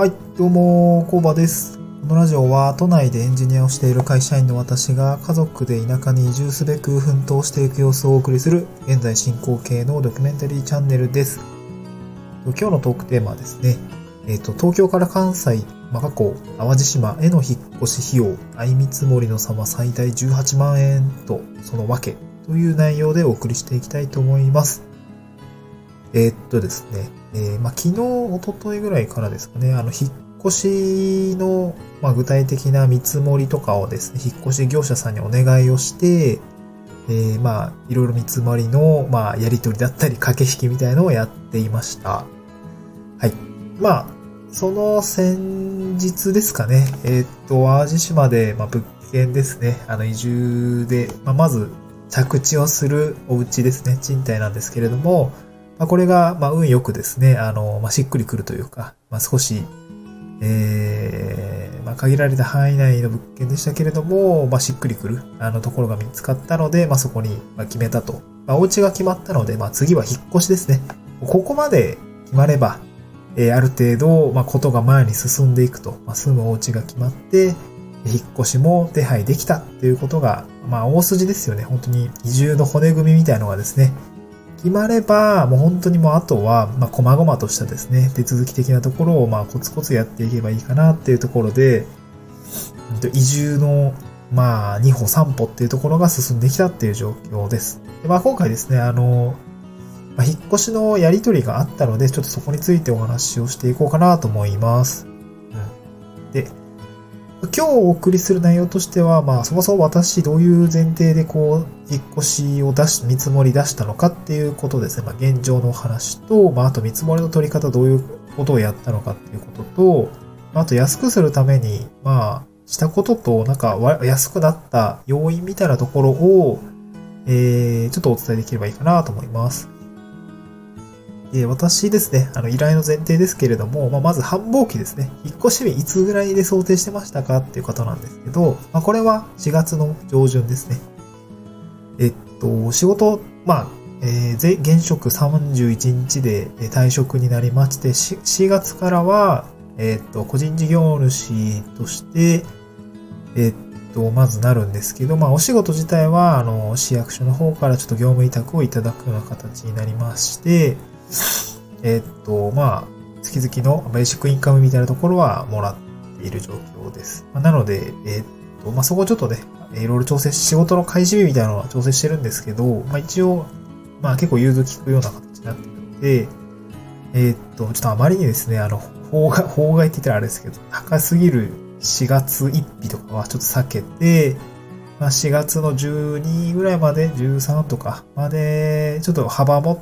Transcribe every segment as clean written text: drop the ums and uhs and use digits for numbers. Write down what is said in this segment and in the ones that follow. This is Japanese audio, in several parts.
はい、どうも、コウバです。このラジオは都内でエンジニアをしている会社員の私が家族で田舎に移住すべく奮闘していく様子をお送りする現在進行形のドキュメンタリーチャンネルです。今日のトークテーマはですね、東京から関西、過去、淡路島への引っ越し費用、相見積もりの差は最大18万円とその訳という内容でお送りしていきたいと思います。ですね、昨日、一昨日ぐらいからですかね、引っ越しの、具体的な見積もりとかをですね、引っ越し業者さんにお願いをして、いろいろ見積もりの、やり取りだったり、駆け引きみたいのをやっていました。はい。その先日ですかね、淡路島で、物件ですね、移住で、まず、着地をするお家ですね、賃貸なんですけれども、これが、運よくですね、しっくりくるというか、少し、限られた範囲内の物件でしたけれども、しっくりくる、ところが見つかったので、そこに、決めたと。お家が決まったので、次は引っ越しですね。ここまで決まれば、ある程度、ことが前に進んでいくと、住むお家が決まって、引っ越しも手配できたっていうことが、大筋ですよね。本当に移住の骨組みみたいなのがですね、決まれば、もう本当にあとは、細々としたですね、手続き的なところを、コツコツやっていけばいいかなっていうところで、移住の、2歩3歩っていうところが進んできたっていう状況です。で今回ですね、引っ越しのやり取りがあったので、ちょっとそこについてお話をしていこうかなと思います。で、今日お送りする内容としては、そもそも私どういう前提で引っ越しを見積もり出したのかっていうことですね。現状のお話と、あと見積もりの取り方どういうことをやったのかっていうことと、あと安くするために、したことと、安くなった要因みたいなところを、ちょっとお伝えできればいいかなと思います。私ですね、依頼の前提ですけれども、まず繁忙期ですね。引っ越し日いつぐらいで想定してましたかっていうことなんですけど、これは4月の上旬ですね。仕事、現職31日で退職になりまして、4月からは、個人事業主として、まずなるんですけど、お仕事自体は、市役所の方からちょっと業務委託をいただくような形になりまして、月々のベーシックインカムみたいなところはもらっている状況です。なので、そこをちょっとね、いろいろ仕事の開始日みたいなのは調整してるんですけど、一応、結構融通聞くような形になっているので、ちょっとあまりにですね、法外って言ったらあれですけど、高すぎる4月1日とかはちょっと避けて、4月の12ぐらいまで、13とかまで、ちょっと幅持って、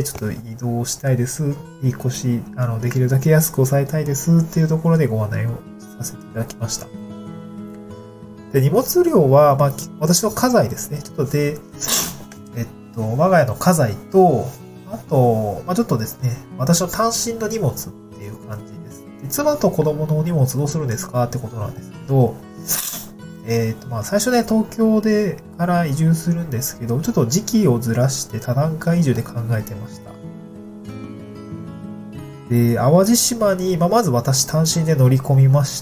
ちょっと移動したいです。引っ越し、できるだけ安く抑えたいですっていうところでご案内をさせていただきました。で、荷物量は、私の家財ですね。ちょっとで、我が家の家財と、あと、ちょっとですね、私の単身の荷物っていう感じです。で妻と子供のお荷物どうするんですかってことなんですけど、最初ね、東京から移住するんですけど、ちょっと時期をずらして多段階移住で考えてました。で、淡路島に、まず私単身で乗り込みまして、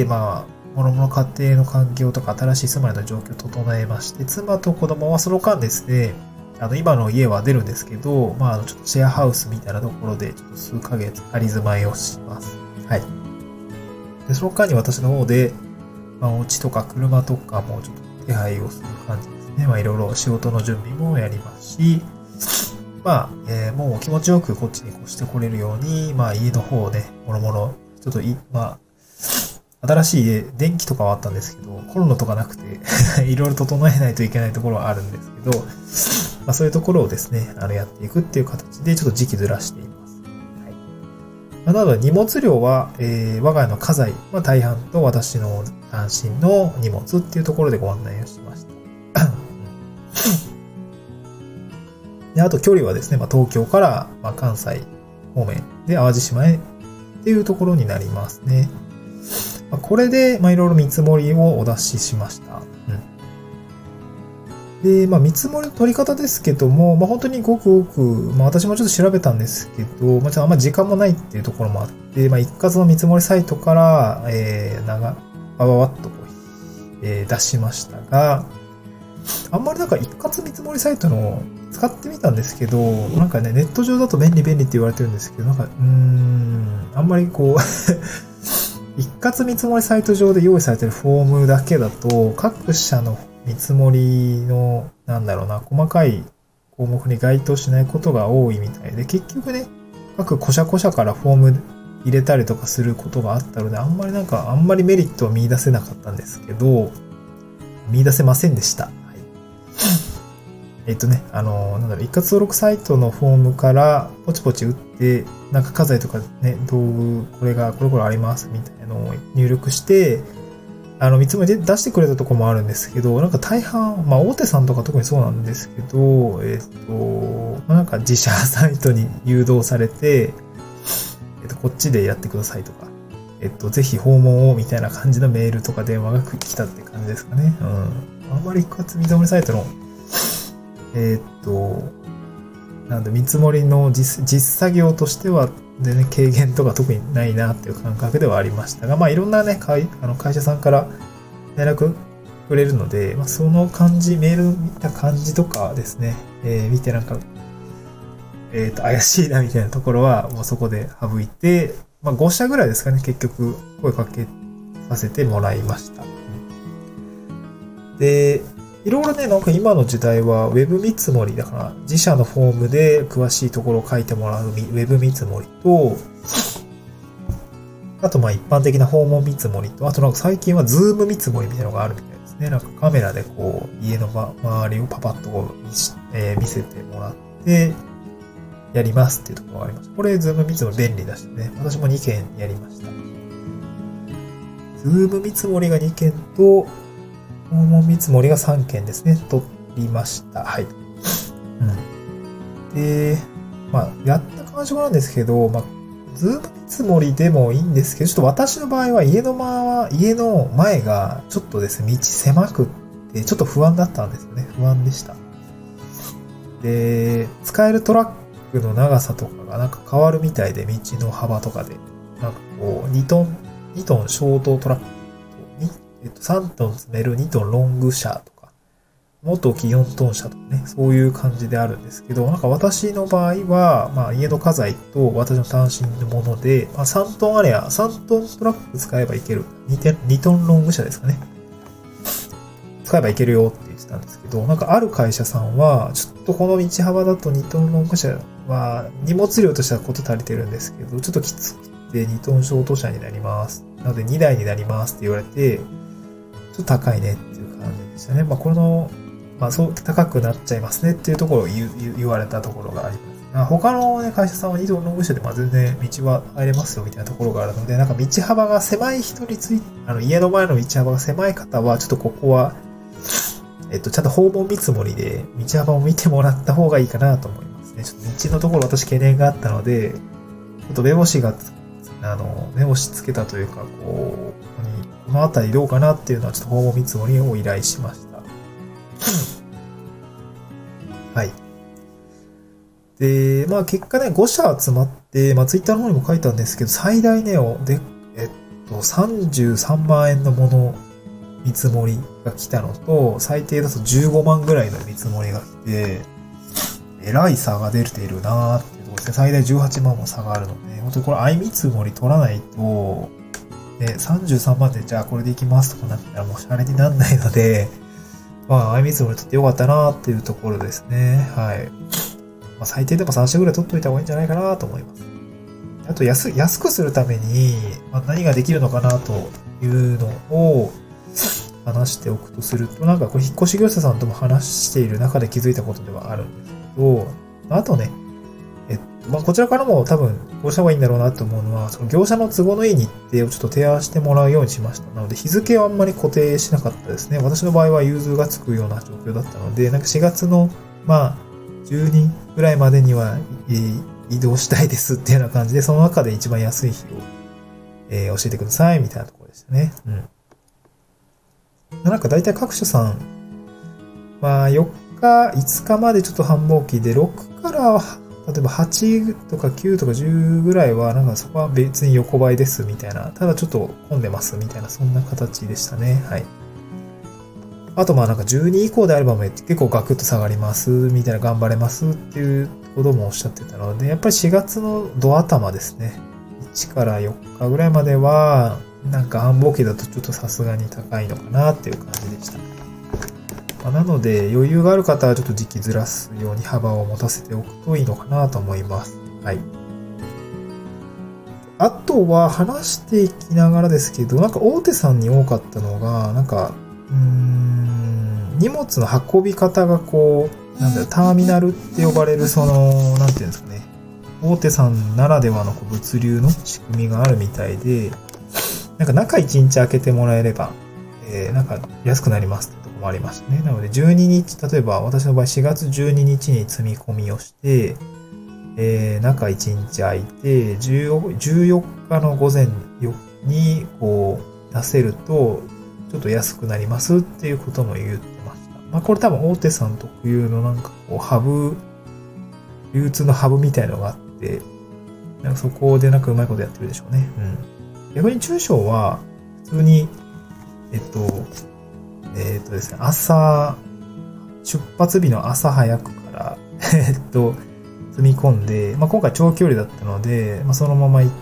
諸々家庭の環境とか新しい住まいの状況を整えまして、妻と子供はその間ですね、今の家は出るんですけど、ちょっとシェアハウスみたいなところで、ちょっと数ヶ月仮住まいをします。はい。で、その間に私の方で、お家とか車とかもちょっと手配をする感じですね。いろいろ仕事の準備もやりますし、もう気持ちよくこっちに越してこれるように、家の方をね、もろもろ、ちょっと新しい家、電気とかはあったんですけど、コンロとかなくて、いろいろ整えないといけないところはあるんですけど、そういうところをですね、やっていくっていう形で、ちょっと時期ずらしています。なので荷物量は、我が家の家財、大半と私の単身の荷物っていうところでご案内をしました。であと距離はですね、東京から、関西方面で淡路島へっていうところになりますね。これで、いろいろ見積もりをお出ししました。 で、見積もりの取り方ですけども、本当にごくごく、私もちょっと調べたんですけど、ちょっとあんま時間もないっていうところもあって、一括の見積もりサイトから、バババッと出しましたが、あんまりなんか一括見積もりサイトの使ってみたんですけど、なんかね、ネット上だと便利って言われてるんですけど、あんまりこう、一括見積もりサイト上で用意されてるフォームだけだと、各社の見積もりの、細かい項目に該当しないことが多いみたいで、結局ね、各個社からフォーム入れたりとかすることがあったので、あんまりメリットは見出せなかったんですけど、見出せませんでした。はい。一括登録サイトのフォームからポチポチ打って、家財とかね、道具、これありますみたいなのを入力して、見積もりで出してくれたところもあるんですけど、大半、大手さんとか特にそうなんですけど、自社サイトに誘導されて、こっちでやってくださいとか、ぜひ訪問をみたいな感じのメールとか電話が来たって感じですかね。あんまり一括見積もりサイトの、見積もりの実作業としては、でね、軽減とか特にないなっていう感覚ではありましたが、いろんなね、会社さんから連絡くれるので、その感じ、メール見た感じとかですね、見て怪しいなみたいなところは、もうそこで省いて、5社ぐらいですかね、結局、声かけさせてもらいました。で、いろいろね、今の時代は Web 見積もりだから、自社のフォームで詳しいところを書いてもらう Web 見積もりと、あと一般的な訪問見積もりと、あと最近は Zoom 見積もりみたいなのがあるみたいですね。カメラで家の周りをパパッと見せてもらって、やりますっていうところがありました。これ Zoom 見積もり便利だしね。私も2件やりました。Zoom 見積もりが2件と、訪問見積もりが3件ですね。取りました。はい。で、やった感触なんですけど、Zoom 見積もりでもいいんですけど、ちょっと私の場合は家の前がちょっとですね、道狭くって、ちょっと不安だったんですよね。不安でした。で、使えるトラックの長さとかが変わるみたいで、道の幅とかで。2トンショートトラックと、3トン積める2トンロング車とか、もっと大きい4トン車とかね、そういう感じであるんですけど、私の場合は、家の家財と私の単身のもので、3トンあれや、3トントラック使えばいける。2トンロング車ですかね。使えばいけるよって言ってたんですけど、ある会社さんは、ちょっとこの道幅だと2トンロング車は荷物量としてはこと足りてるんですけど、ちょっときつくて2トンショート車になります。なので2台になりますって言われて、ちょっと高いねっていう感じでしたね。この、そう高くなっちゃいますねっていうところを言われたところがあります。他のね、会社さんは2トンロング車で全然道は入れますよみたいなところがあるので、道幅が狭い人について、家の前の道幅が狭い方は、ちょっとここは、ちゃんと訪問見積もりで道幅を見てもらった方がいいかなと思いますね。ちょっと道のところ私懸念があったので、ちょっと目星つけたというか、このあたりどうかなっていうのはちょっと訪問見積もりを依頼しました。はい。で、結果ね、5社集まって、ツイッターの方にも書いたんですけど、最大ね、33万円のもの、見積もりが来たのと、最低だと15万ぐらいの見積もりが来て、えらい差が出ているなーっていうところですね。最大18万も差があるので、本当にこれ相見積もり取らないと、ね、33万でじゃあこれでいきますとかなったらもうシャレになんないので、相見積もり取ってよかったなーっていうところですね。はい。最低でも3社ぐらい取っといた方がいいんじゃないかなと思います。あと安くするために、何ができるのかなというのを、話しておくとすると、これ引っ越し業者さんとも話している中で気づいたことではあるんですけど、あとね、こちらからも多分こうした方がいいんだろうなと思うのは、その業者の都合のいい日程をちょっと提案してもらうようにしました。なので日付はあんまり固定しなかったですね。私の場合は融通がつくような状況だったので、4月の、12ぐらいまでには、移動したいですっていうような感じで、その中で一番安い日を、教えてくださいみたいなところでしたね。大体各社さん、 まあ4日、5日までちょっと繁忙期で、6から例えば8とか9とか10ぐらいは、なんかそこは別に横ばいですみたいな、ただちょっと混んでますみたいな、そんな形でしたね。はい。あとまあなんか12以降であれば結構ガクッと下がりますみたいな、頑張れますっていうこともおっしゃってたので、やっぱり4月のド頭ですね。1から4日ぐらいまでは、なんか繁忙期だとちょっとさすがに高いのかなっていう感じでした。なので余裕がある方はちょっと時期ずらすように幅を持たせておくといいのかなと思います。はい。あとは話していきながらですけど、なんか大手さんに多かったのが、なんか、荷物の運び方がこう、なんだろう、ターミナルって呼ばれるその、なんていうんですかね。大手さんならではの物流の仕組みがあるみたいで、なんか中1日開けてもらえれば、なんか安くなりますってとこもありましたね。なので12日、例えば私の場合4月12日に積み込みをして、中1日空いて、14日の午前にこう出せると、ちょっと安くなりますっていうことも言ってました。まあこれ多分大手さん特有のなんかこう流通のハブみたいのがあって、なんかそこでなんかうまいことやってるでしょうね。うん。逆に中小は普通に、ですね、出発日の朝早くから、積み込んで、まあ今回長距離だったので、まあそのまま行って、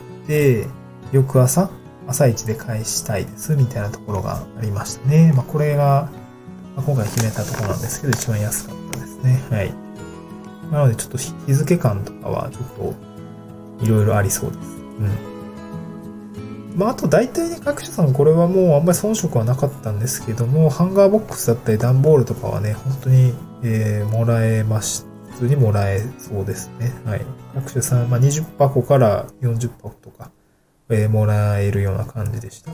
翌朝一で返したいですみたいなところがありましたね。まあこれが、まあ、今回決めたところなんですけど、一番安かったですね。はい。なのでちょっと日付感とかはちょっといろいろありそうです。うん。まああと大体ね、各社さんこれはもうあんまり遜色はなかったんですけども、ハンガーボックスだったり段ボールとかはね、本当に、もらえました。普通にもらえそうですね。はい。各社さん、まあ20箱から40箱とか、もらえるような感じでした。うん。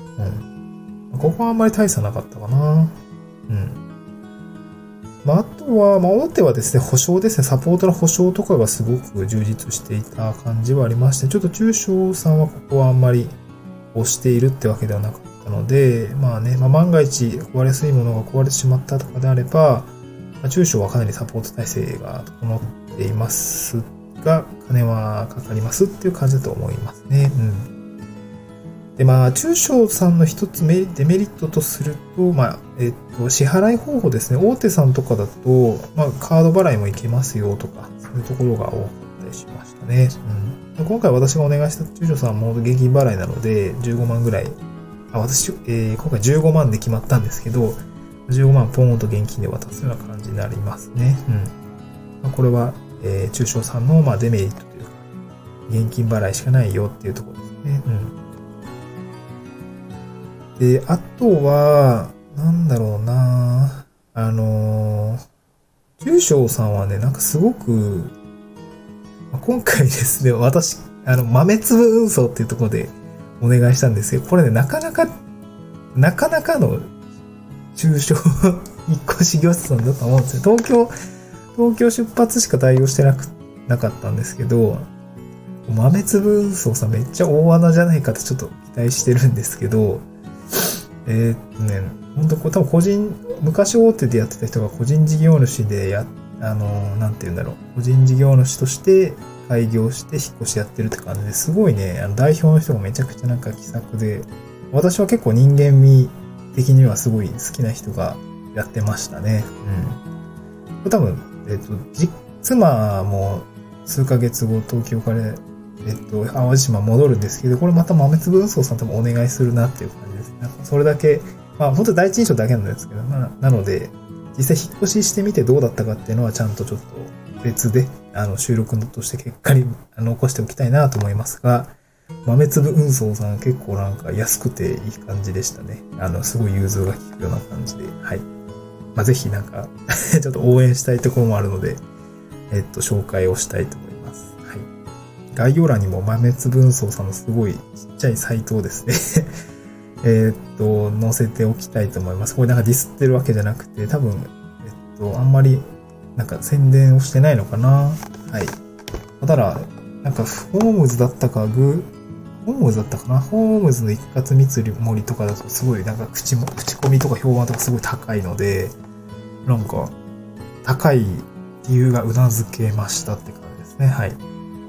ここはあんまり大差なかったかな。うん。まあ、あとは、まあ、大手はですね、保証ですね、サポートの保証とかがすごく充実していた感じはありまして、ちょっと中小さんはここはあんまり押しているってわけではなかったので、まあね、まあ、万が一壊れやすいものが壊れてしまったとかであれば、まあ、中小はかなりサポート体制が整っていますが、金はかかりますっていう感じだと思いますね。うん。で、まあ、中小さんの一つデメリットとすると、まあ、支払い方法ですね。大手さんとかだと、まあ、カード払いもいけますよとか、そういうところが多かったりしましたね。うん。今回私がお願いした中小さんはもう現金払いなので、15万ぐらい、今回15万で決まったんですけど、15万ポーンと現金で渡すような感じになりますね。うん。まあ、これは、中小さんの、まあ、デメリットというか、現金払いしかないよっていうところですね。うん。で、あとは、なんだろうな中小さんはね、なんかすごく、今回ですね、私、豆粒運送っていうところでお願いしたんですけど、これね、なかなかの中小引っ越し業者さんだと思うんですよ。東京出発しか対応してなかったんですけど、豆粒運送さんめっちゃ大穴じゃないかってちょっと期待してるんですけど、本当多分昔大手でやってた人が個人事業主でなんて言うんだろう、個人事業主として開業して引っ越しやってるって感じですごいね、代表の人がめちゃくちゃなんか気さくで、私は結構人間味的にはすごい好きな人がやってましたね。うん。多分、妻も数ヶ月後東京から淡路島戻るんですけど、これまた豆粒運送さんともお願いするなっていう感じですね。それだけ、まあ本当に第一印象だけなんですけど、なので、実際引っ越ししてみてどうだったかっていうのはちゃんとちょっと別で、収録として結果に残しておきたいなと思いますが、豆粒運送さん結構なんか安くていい感じでしたね。すごい融通が利くような感じで、はい。まあぜひなんかちょっと応援したいところもあるので、紹介をしたいと思います。はい。概要欄にも豆粒運送さんのすごいちっちゃいサイトをですね載せておきたいと思います。これなんかディスってるわけじゃなくて、多分、あんまり、なんか宣伝をしてないのかな。はい。ただ、なんか、ホームズだったかなホームズの一括見積もりとかだとすごい、なんか口コミとか評判とかすごい高いので、なんか、 高い理由が頷けましたって感じですね。はい。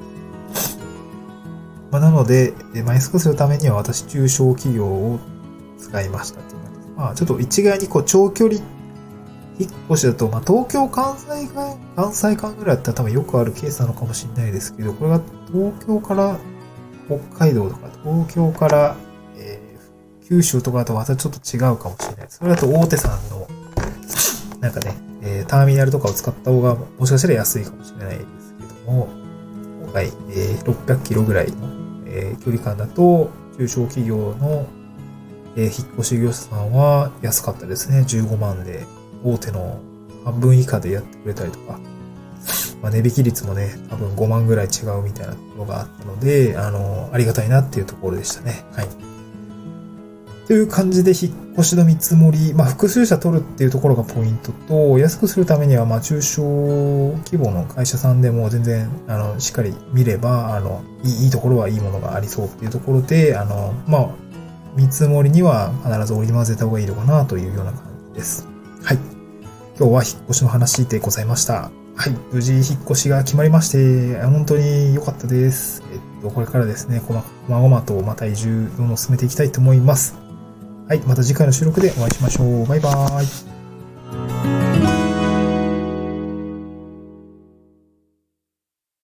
なので、安くするためには私、中小企業を使いましたっていう感じです。ちょっと一概に長距離引っ越しだと、東京関西間ぐらいだったら多分よくあるケースなのかもしれないですけど、これが東京から北海道とか、東京から、九州とかだとまたちょっと違うかもしれないです。それだと大手さんの、なんかね、ターミナルとかを使った方がもしかしたら安いかもしれないですけども、今回、600キロぐらいの、距離感だと、中小企業の、引っ越し業者さんは安かったですね。15万で、大手の半分以下でやってくれたりとか、値引き率もね、多分5万ぐらい違うみたいなところがあったので、ありがたいなっていうところでしたね。はい。という感じで引っ越しの見積もり、複数社取るっていうところがポイントと、安くするためには、中小規模の会社さんでも全然、しっかり見れば、いいところはいいものがありそうっていうところで、見積もりには必ず織り交ぜた方がいいのかなというような感じです。はい。今日は引っ越しの話でございました。はい。無事引っ越しが決まりまして、本当に良かったです。これからですね、こまごまとまた移住どんどん進めていきたいと思います。はい。また次回の収録でお会いしましょう。バイバーイ。